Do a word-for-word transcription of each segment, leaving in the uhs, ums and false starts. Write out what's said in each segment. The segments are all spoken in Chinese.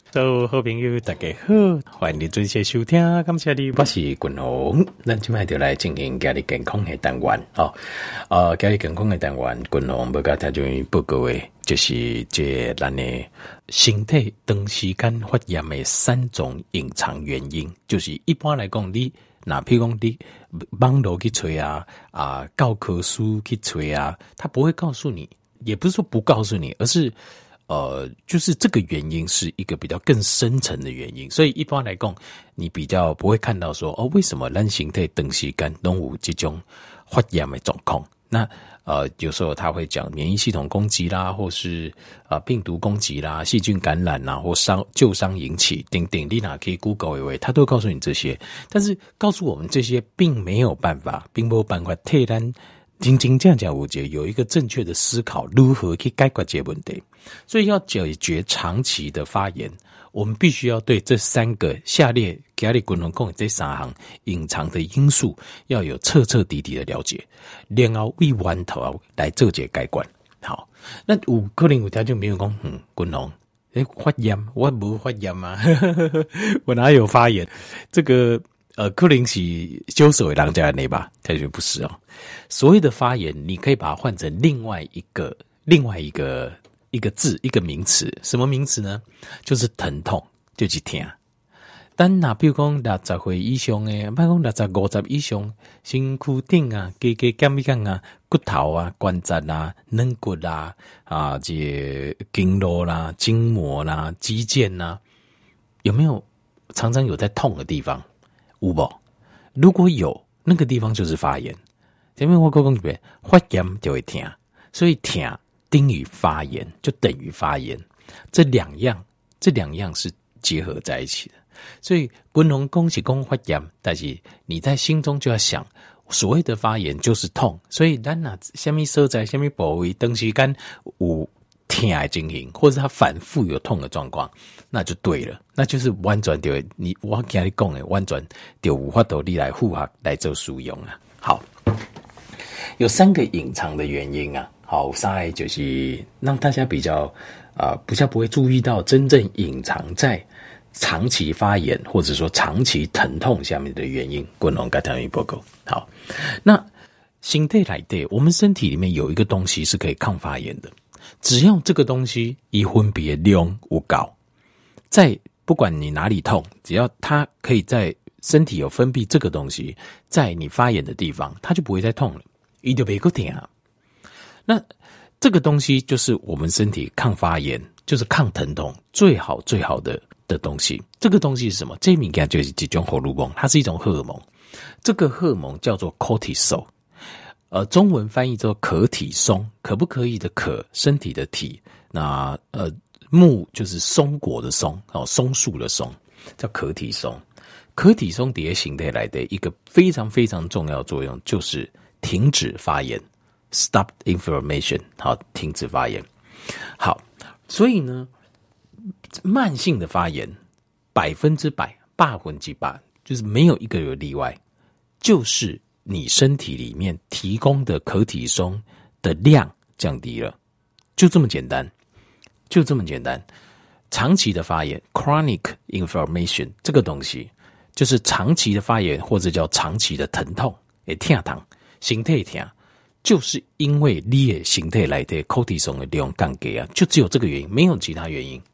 所有好朋友大家好，欢迎你准时收听，感谢你，我是君鸿。咱今摆就来进行家里健康的单元哦。呃，家里健康的单元，君鸿要甲大家报告的，就是这咱的身体长时间发炎的三种隐藏原因。就是一般来讲，你那譬如讲你网络去找啊啊，教科书去找啊，他不会告诉你，也不是说不告诉你，而是。呃，就是这个原因是一个比较更深层的原因，所以一般来讲，你比较不会看到说哦，为什么咱身体长时间都有这种发炎的状况？那呃，有时候他会讲免疫系统攻击啦，或是呃病毒攻击啦、细菌感染啦，或伤旧伤引起等等，你哪可以 Google 一位，他都会告诉你这些，但是告诉我们这些并没有办法，并没有办法替咱真真正正有解有一个正确的思考，如何去解决这个问题。所以要解决长期的发炎，我们必须要对这三个下列今日君鸿讲的这三项隐藏的因素要有彻彻底底的了解，然后为源头来做这个解决。好，那有可能有条件没有讲，嗯，君鸿，诶，发炎，我没发炎啊，我哪有发炎？这个呃，可能是修手的人家那吧，他就不是哦。所谓的发炎，你可以把它换成另外一个另外一个。一个字一个名词，什么名词呢？就是疼痛，就是痛。但那比如讲六十岁以上的，比如讲六十五十以上，身躯顶啊、加加减一减啊、骨头啊、关节啊、软骨啊、啊这经络啦、筋膜啦、肌腱啦，有没有常常有在痛的地方？有无？如果有，那个地方就是发炎。前面我讲讲一遍，发炎就会痛，所以痛。等于发炎，就等于发炎，这两样，这两样是结合在一起的。所以，君鸿讲是讲发炎，但是你在心中就要想，所谓的发炎就是痛。所以，咱哪什么所在、什么部位，长时间有痛的情形，或者它反复有痛的状况，那就对了，那就是完全对你我今日讲的，完全就有法度你来符合来做使用啊。好，有三个隐藏的原因啊。好，三个就是让大家比较啊、呃，比较不会注意到真正隐藏在长期发炎或者说长期疼痛下面的原因。君鸿跟大家报告。好，那身体来的，我们身体里面有一个东西是可以抗发炎的，只要这个东西一分别量有高，在不管你哪里痛，只要它可以在身体有分泌这个东西，在你发炎的地方，它就不会再痛了，它就不会痛啊。那这个东西就是我们身体抗发炎，就是抗疼痛最好最好的的东西。这个东西是什么？这名就是一种荷尔蒙，它是一种荷尔蒙。这个荷尔蒙叫做 cortisol， 呃，中文翻译做可体松，可不可以的可，身体的体，那呃木就是松果的松，哦，松树的松，叫可体松。可体松底下形态来的一个非常非常重要的作用，就是停止发炎。Stop inflammation， 好，停止发炎。好，所以呢，慢性的发炎百分之百、百分之百，就是没有一个有例外，就是你身体里面提供的可体松的量降低了，就这么简单，就这么简单。长期的发炎 （chronic inflammation） 这个东西，就是长期的发炎或者叫长期的疼痛，会痛痛，身体痛。就是因为你的身体来的可体松的量降低啊，就只有这个原因，没有其他原因。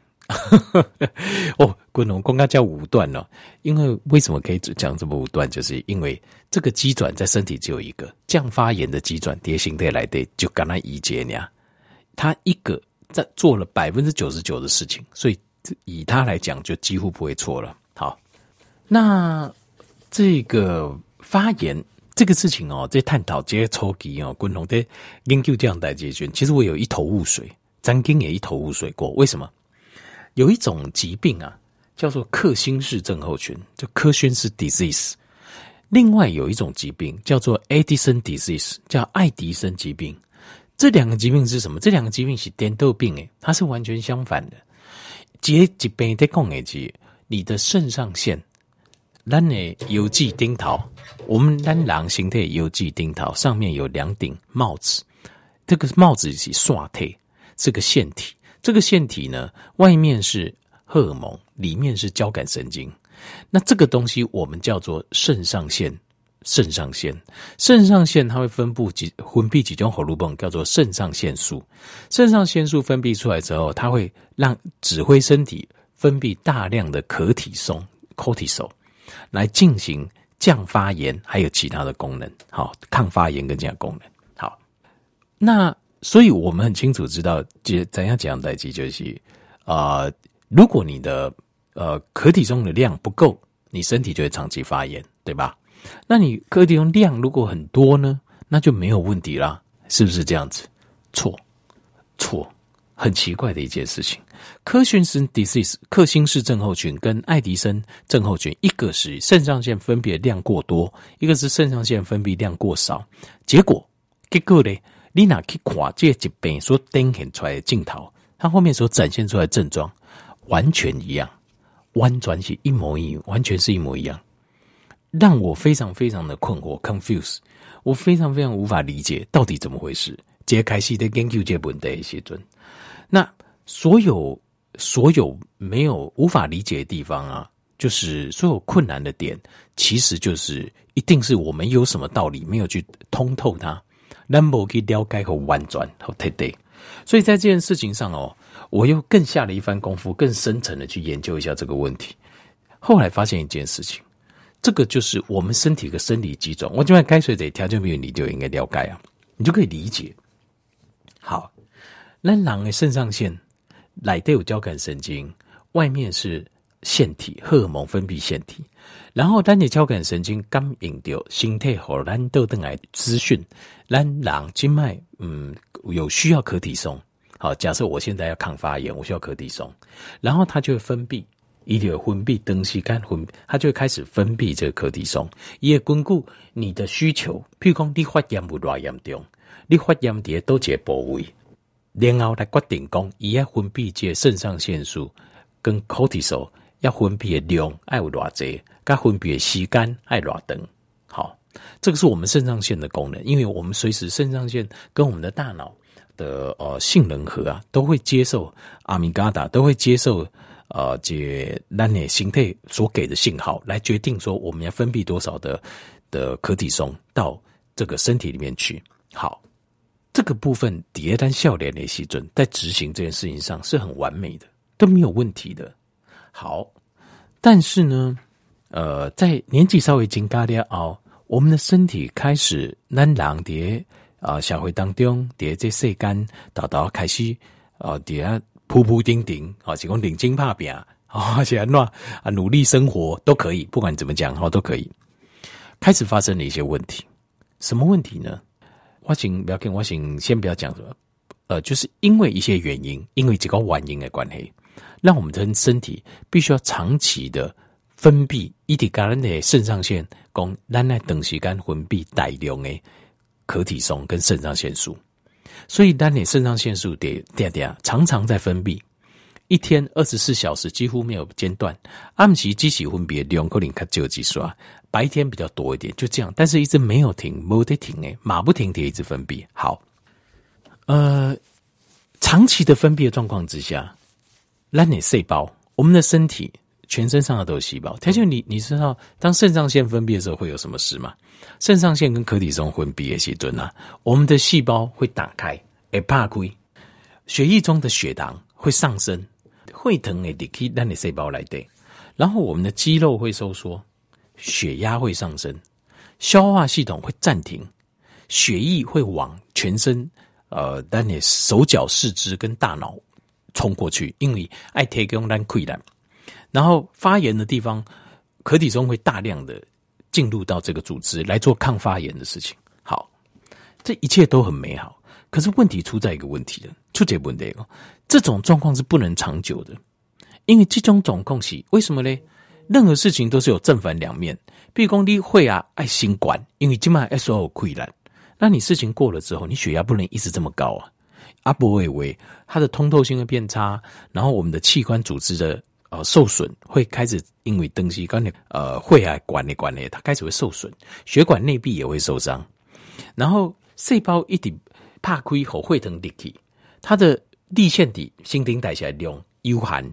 哦，君鸿讲到叫武断了，因为为什么可以讲这么武断？就是因为这个机转在身体只有一个，降发炎的机转，跌形态来的就跟他一节呢，他一个在做了百分之九十九的事情，所以以他来讲就几乎不会错了。好，那这个发炎。这个事情哦，在探讨这些抽机哦，君鸿在研究这样的解决，其实我有一头雾水，张经也一头雾水过。为什么？有一种疾病啊，叫做克辛氏症候群，就科宣氏 disease。另外有一种疾病叫做 Addison disease， 叫爱迪生疾病。这两个疾病是什么？这两个疾病是颠倒病诶，它是完全相反的。这疾病在讲的是你的肾上腺。咱的邮寄丁桃，我们咱人形态邮寄丁桃上面有两顶帽子，这个帽子是线体，是个腺体。这个腺体呢，外面是荷尔蒙，里面是交感神经。那这个东西我们叫做肾上腺。肾上腺，肾上腺它会分布几分泌几种荷尔蒙，叫做肾上腺素。肾上腺素分泌出来之后，它会让指挥身体分泌大量的可体松 （cortisol） 来进行降发炎，还有其他的功能，好，抗发炎跟这样功能。好，那所以我们很清楚知道，怎样讲代际就是啊、呃，如果你的呃可体松的量不够，你身体就会长期发炎，对吧？那你可体松量如果很多呢，那就没有问题啦，是不是这样子？错，错，很奇怪的一件事情。科逊氏 disease 克辛氏症候群跟爱迪生症候群，一个是肾上腺分泌量过多，一个是肾上腺分泌量过少。结果，结果呢，你哪去看这疾病所呈现出来的镜头，它后面所展现出来的症状完全一样，完全是一模一样，完全是一模一样。让我非常非常的困惑 confuse， 我非常非常无法理解到底怎么回事。这开始在研究这问题的时候，那所有所有没有无法理解的地方啊，就是所有困难的点，其实就是一定是我们有什么道理没有去通透它，咱没去了解和完全和彻底。所以在这件事情上哦，我又更下了一番功夫，更深层的去研究一下这个问题。后来发现一件事情。这个就是我们身体的生理机转，我今晚开水的条件没有你就应该了解啊，你就可以理解。好，咱人的肾上腺内底有交感神经，外面是腺体，荷尔蒙分泌腺体，然后咱的交感神经感应到身体和咱倒转来资讯，咱人今麦嗯有需要可体松。好，假设我现在要抗发炎，我需要可体松，然后它就会分泌。它就会分泌长时间分，它就会开始分泌这个可体松。也根据你的需求，譬如讲你发炎有多严重，你发炎在多一个部位，然后来决定讲，伊要分泌这肾上腺素跟 cortisol 要分泌的量要有多济，跟分泌的时间要多长。好，这个是我们肾上腺的功能，因为我们随时肾上腺跟我们的大脑的呃杏仁核啊，都会接受阿米伽达，都会接受。呃，这咱的形态所给的信号来决定说我们要分泌多少的的可体松到这个身体里面去。好，这个部分第二单笑脸的时准在执行这件事情上是很完美的，都没有问题的。好，但是呢，呃，在年纪稍微增加了后，我们的身体开始咱人伫啊社会当中，伫这世间豆豆开始啊伫啊。扑扑丁丁，好，是讲领巾怕扁，而且啊努力生活都可以，不管怎么讲，好都可以。开始发生了一些问题，什么问题呢？我请不要跟我请先不要讲什么，呃，就是因为一些原因，因为这个原因的关系，让我们的身体必须要长期的分泌，一直甲咱的肾上腺，讲咱来长时间分泌大量的可体松跟肾上腺素。所以当你肾上腺素得点点常常在分泌，一天二十四小时几乎没有间断。暗时只是分泌量可能较少几刷，白天比较多一点，就这样，但是一直没有停，没得停诶，马不停蹄一直分泌。好，呃，长期的分泌的状况之下，咱的细胞，我们的身体全身上的都有细胞。而且你你知道，当肾上腺分泌的时候会有什么事吗？肾上腺跟可体松分泌的时候啊，我们的细胞会打开，会打开，血液中的血糖会上升，会疼的入去咱的细胞内底，然后我们的肌肉会收缩，血压会上升，消化系统会暂停，血液会往全身呃咱的手脚四肢跟大脑冲过去，因为爱提供咱溃烂，然后发炎的地方，可体松会大量的进入到这个组织来做抗发炎的事情。好，这一切都很美好，可是问题出在一个问题的，出这问题哦，这种状况是不能长久的，因为这种状况是为什么呢？任何事情都是有正反两面，比如说你会啊爱心管，因为今晚 S O 溃烂，那你事情过了之后，你血压不能一直这么高啊，啊不会为它的通透性会变差，然后我们的器官组织的呃受损会开始因为东西刚才呃会啊管理管理，它开始会受损，血管内壁也会受伤，然后细胞一直怕开后会疼立体，它的立腺体新陈代谢量有限，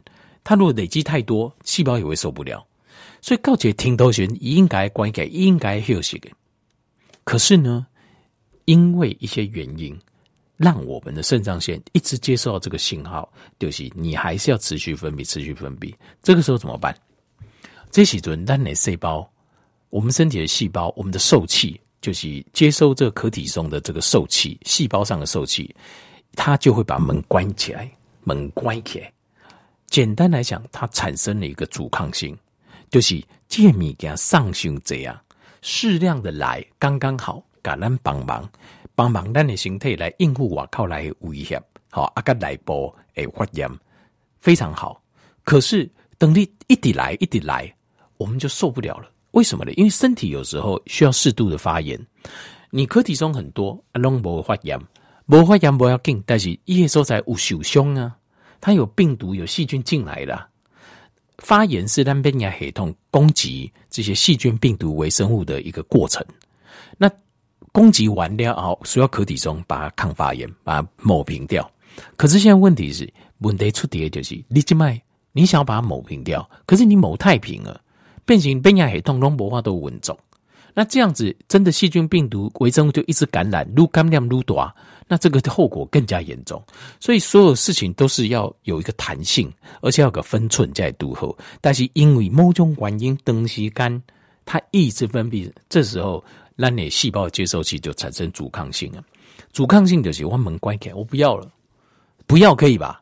它如果累积太多，细胞也会受不了。所以到这个程度时应该关起来，应该休息的。可是呢，因为一些原因，让我们的肾上腺一直接受到这个信号，就是你还是要持续分泌，持续分泌。这个时候怎么办？这时候，我们的细胞，我们身体的细胞，我们的受器，就是接收这个可体松的这个受器，细胞上的受器，它就会把门关起来，门关起来。简单来讲，它产生了一个阻抗性。就是这个物件上伤这样适量的来刚刚好，给咱帮忙帮忙咱的身体来应付外靠来的威胁，好啊个内部会发炎非常好。可是等你一直来一直来，我们就受不了了。为什么呢？因为身体有时候需要适度的发炎，你可体松很多，啊拢无发炎，无发炎不要紧，但是伊个所在有受伤啊，它有病毒有细菌进来了。发炎是咱免疫系统攻击这些细菌、病毒、微生物的一个过程。那攻击完了后，需要可体松把它抗发炎，把它抹平掉。可是现在问题是，问题出在就是你这卖，你想要把它抹平掉，可是你抹太平了，变成免疫系统拢无法都稳重。那这样子，真的细菌、病毒、微生物就一直感染，愈感染愈大，那这个后果更加严重。所以所有事情都是要有一个弹性，而且要有个分寸在度后。但是因为某种原因，长时间它一直分泌，这时候咱的细胞的接受器就产生阻抗性了。阻抗性就是我门关起来，我不要了，不要可以吧？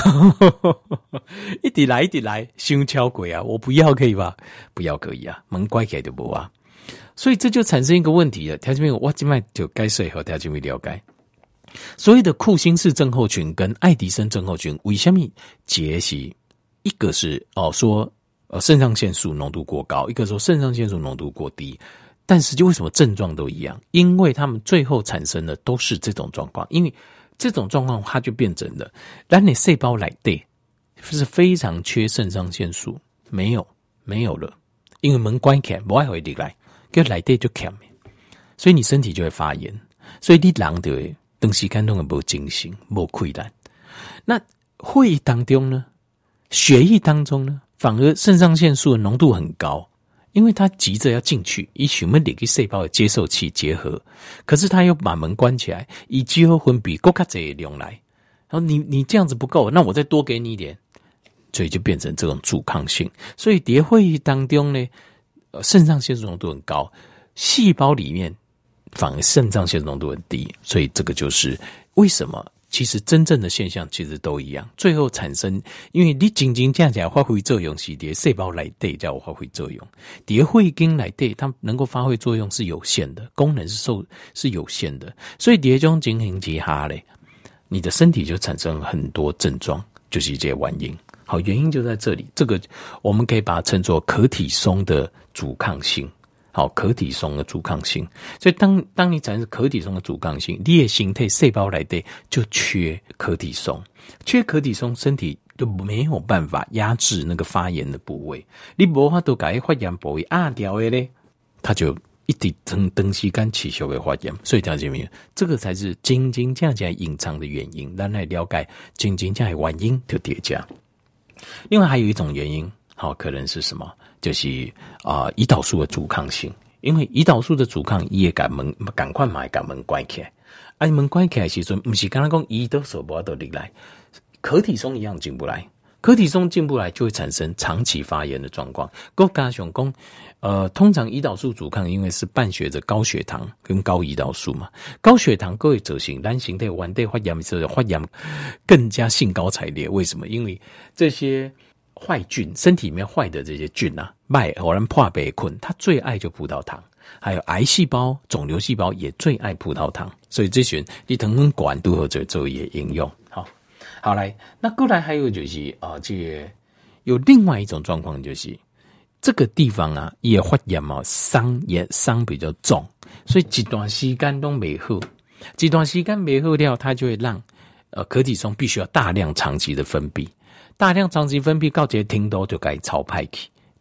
一直来一直来，胸敲鬼啊！我不要可以吧？不要可以啊，门关起来就不啊。所以这就产生一个问题了，条件面我今麦就该说和条件面了解。所谓的库欣氏症候群跟爱迪生症候群，为什么结系？一个是哦说呃肾上腺素浓度过高，一个说肾上腺素浓度过低，但是就为什么症状都一样？因为他们最后产生的都是这种状况，因为这种状况它就变成了，咱的细胞来对是非常缺肾上腺素，没有没有了，因为门关起来，不爱回来。就来对就欠，所以你身体就会发炎，所以你人就会长时间都没精神、没溃烂。那会议当中呢，血液当中呢，反而肾上腺素的浓度很高，因为它急着要进去，以想要两个细胞的接受器结合，可是它又把门关起来，以肌肉分泌更加多的量来，然后你你这样子不够，那我再多给你一点，所以就变成这种阻抗性。所以在会议当中呢。肾上腺素浓度很高，细胞里面反而肾上腺素浓度很低，所以这个就是为什么其实真正的现象其实都一样，最后产生，因为你真正这样讲发挥作用是在细胞来对才有发挥作用，在会经来对它能够发挥作用是有限的，功能是受是有限的，所以在这种情形之下咧，你的身体就产生很多症状，就是这些原因。好，原因就在这里，这个我们可以把它称作可体松的阻抗性。好，可体松的阻抗性，所以当当你产生可体松的阻抗性，你的形态细胞来的就缺可体松，缺可体松，身体就没有办法压制那个发炎的部位，你无法度把发炎部位压掉的咧，它就一直长长时间持续的发炎。所以条件明，这个才是真真正正隐藏的原因。咱来了解真真正的原因就叠加。另外还有一种原因，好，可能是什么？就是啊，胰岛素的阻抗性，因为胰岛素的阻抗，伊也赶门赶快买赶门关起来，啊，门关起来时阵，不是刚刚讲胰岛素不都进来，可体松一样进不来，可体松进不来就会产生长期发炎的状况。够加上讲，呃，通常胰岛素阻抗，因为是伴随着高血糖跟高胰岛素嘛，高血糖各位走形，咱形态完对发炎的时候，发炎更加兴高采烈。为什么？因为这些坏菌，身体里面坏的这些菌啊，麦偶然破北困，它最爱就葡萄糖，还有癌细胞、肿瘤细胞也最爱葡萄糖，所以这群你腾腾管都和这做也应用。好，好来，那过来还有就是啊、呃，这个有另外一种状况，就是这个地方啊，也发炎嘛，伤也伤比较重，所以一段时间都没好，一段时间没好掉，它就会让呃可体松必须要大量长期的分泌。大量长期分泌到这个程度就该超派去，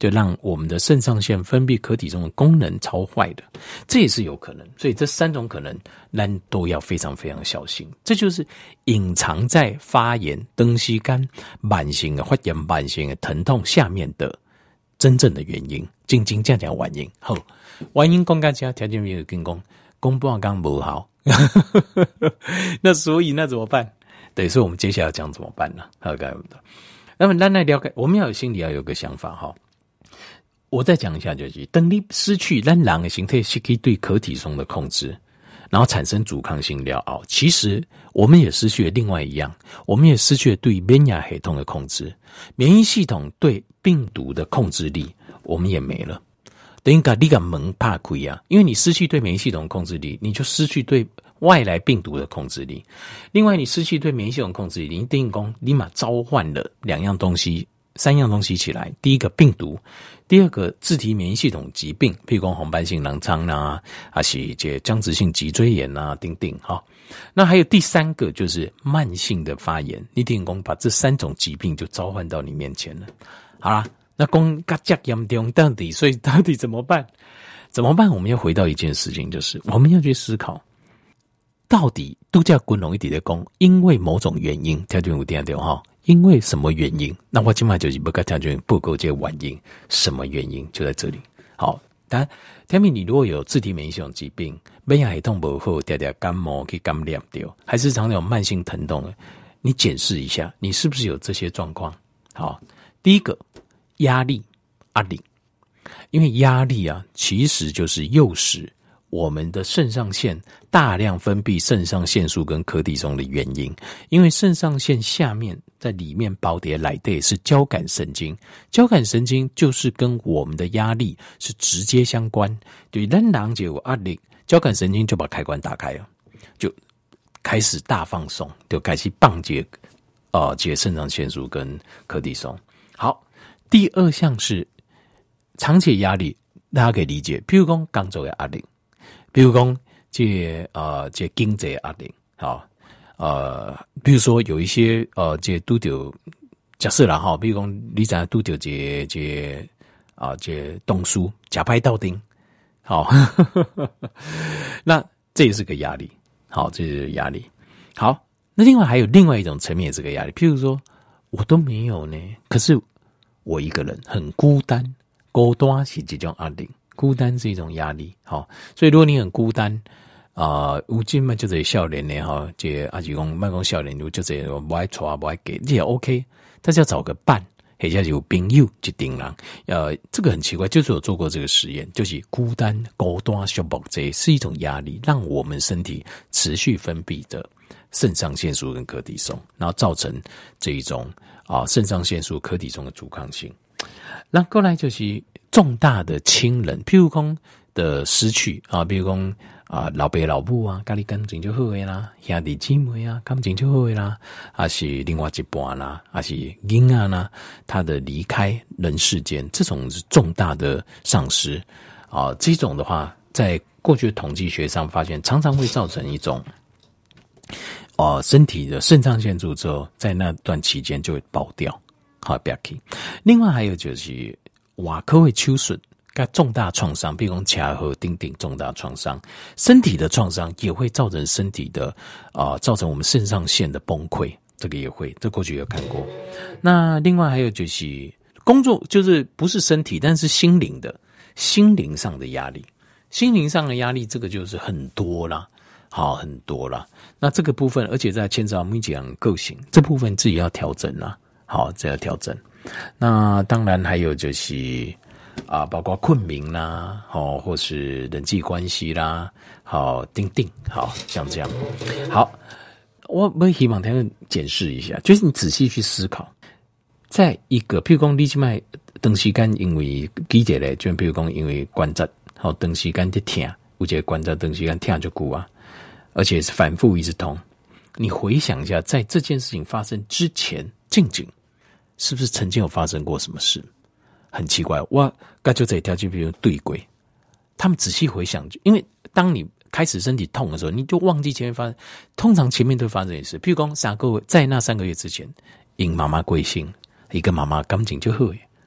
就让我们的肾上腺分泌可体松的功能超坏的，这也是有可能。所以这三种可能咱都要非常非常小心。这就是隐藏在发炎、长时间慢性的发炎、慢性的疼痛下面的真正的原因，真真正正原因。好，原因讲到这，条件没有跟讲，讲半讲不好。那所以那怎么办？对，所以我们接下来要讲怎么办呢？好，该不的。那么，咱来了解，我们要有心里要有个想法哈。我再讲一下，就是等你失去咱人的形态，失去对可体松的控制，然后产生阻抗性了后，其实我们也失去了另外一样，我们也失去了对免疫系统的控制，免疫系统对病毒的控制力，我们也没了。等于把你个门怕亏啊，因为你失去对免疫系统的控制力，你就失去对外来病毒的控制力。另外，你失去对免疫系统控制力，你等于讲立马召唤了两样东西、三样东西起来。第一个病毒，第二个自体免疫系统疾病，譬如讲红斑性狼疮啊，还是这僵直性脊椎炎啊，等等哈。那还有第三个就是慢性的发炎，你等于讲把这三种疾病就召唤到你面前了。好啦。那讲甲这严重到底，所以到底怎么办？怎么办？我们要回到一件事情，就是我们要去思考，到底度假滚龙一点的讲，因为某种原因，条件有点点哈，因为什么原因？那我今晚就是不跟条件不够这原因，什么原因就在这里。好，当然，条件你如果有自体免疫系统疾病，免疫系统不好，嗲嗲感冒去感染掉，还是常常有慢性疼痛，你检视一下，你是不是有这些状况？好，第一个。压力，压力，因为压力啊，其实就是诱使我们的肾上腺大量分泌肾上腺素跟可体松的原因。因为肾上腺下面在里面包叠来的是交感神经，交感神经就是跟我们的压力是直接相关。对，咱人就有压力，交感神经就把开关打开了，就开始大放松，就开始棒解呃解肾上腺素跟可体松。好。第二项是长期压力，大家可以理解，譬如讲工作的压力，比如讲这呃这经济压力，好呃，比如说有一些呃这拄到假设啦哈，比如讲你知拄到这这啊这动书假拍到钉，好，那这也是个压力，好，这是压力。好，那另外还有另外一种层面也是个压力，譬如说我都没有呢，可是。我一个人很孤单，孤单是这种压力，孤单是一种压力，好，所以如果你很孤单，啊、呃，有今嘛就这少年呢，哈，这阿是讲，莫讲少年，就这不爱娶不爱给，这也 OK， 但是要找个伴，或者有朋友一定人，呃，这个很奇怪，就是我做过这个实验，就是孤单、孤单、寂寞，这是一种压力，让我们身体持续分泌的肾上腺素跟可体松，然后造成这一种。啊，肾上腺素、可体松的阻抗性，那过来就是重大的亲人，譬如讲的失去啊，比如讲啊，老爸老母啊，家里感情就好的啦，兄弟姊妹啊，感情就好的啦，还是另外一半啦，还是婴儿啦，他的离开人世间，这种是重大的丧失啊，这种的话，在过去的统计学上发现，常常会造成一种。哦，身体的肾上腺素之后，在那段期间就会爆掉，好，不要紧。另外还有就是外科会手术，跟重大创伤，比如讲掐和钉钉重大创伤，身体的创伤也会造成身体的啊、呃，造成我们肾上腺的崩溃，这个也会，这过去有看过。那另外还有就是工作，就是不是身体，但是心灵的，心灵上的压力，心灵上的压力，这个就是很多啦。好，很多啦。那这个部分，而且在牵扯到我们讲个性这部分，自己要调整啦。好，这要调整。那当然还有就是啊，包括困眠啦，好，或是人际关系啦，好，定定，好像这样。好，我我希望大家检视一下，就是你仔细去思考，在一个譬如讲，你现在长时间因为记者咧，就譬如讲因为关节，好，长时间在痛，有些关节长时间痛就久啊。而且是反复一直痛，你回想一下，在这件事情发生之前，静静是不是曾经有发生过什么事？很奇怪，我刚就这一条就比如对轨，他们仔细回想，因为当你开始身体痛的时候，你就忘记前面发生，通常前面都会发生一些事。譬如讲三个月，在那三个月之前，因妈妈贵姓，一个妈妈感情就好，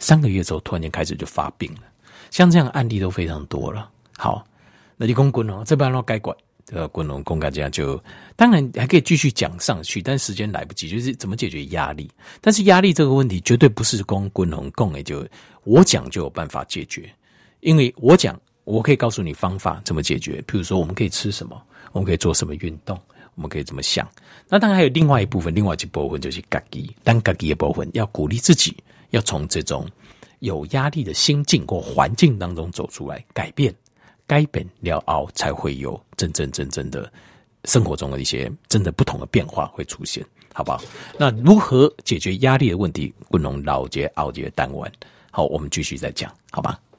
三个月之后突然间开始就发病了，像这样的案例都非常多了。好，那你讲滚龙这边要该管，呃，滚龙公干这样就当然还可以继续讲上去，但时间来不及，就是怎么解决压力。但是压力这个问题绝对不是公滚龙共也就我讲就有办法解决，因为我讲我可以告诉你方法怎么解决，譬如说我们可以吃什么，我们可以做什么运动。我们可以怎么想？那当然还有另外一部分，另外一部分就是自己，但自己的部分要鼓励自己，要从这种有压力的心境或环境当中走出来，改变，改变了后才会有真正真正的生活中的一些真的不同的变化会出现，好不好？那如何解决压力的问题？不能老节熬节单完，好，我们继续再讲，好吧？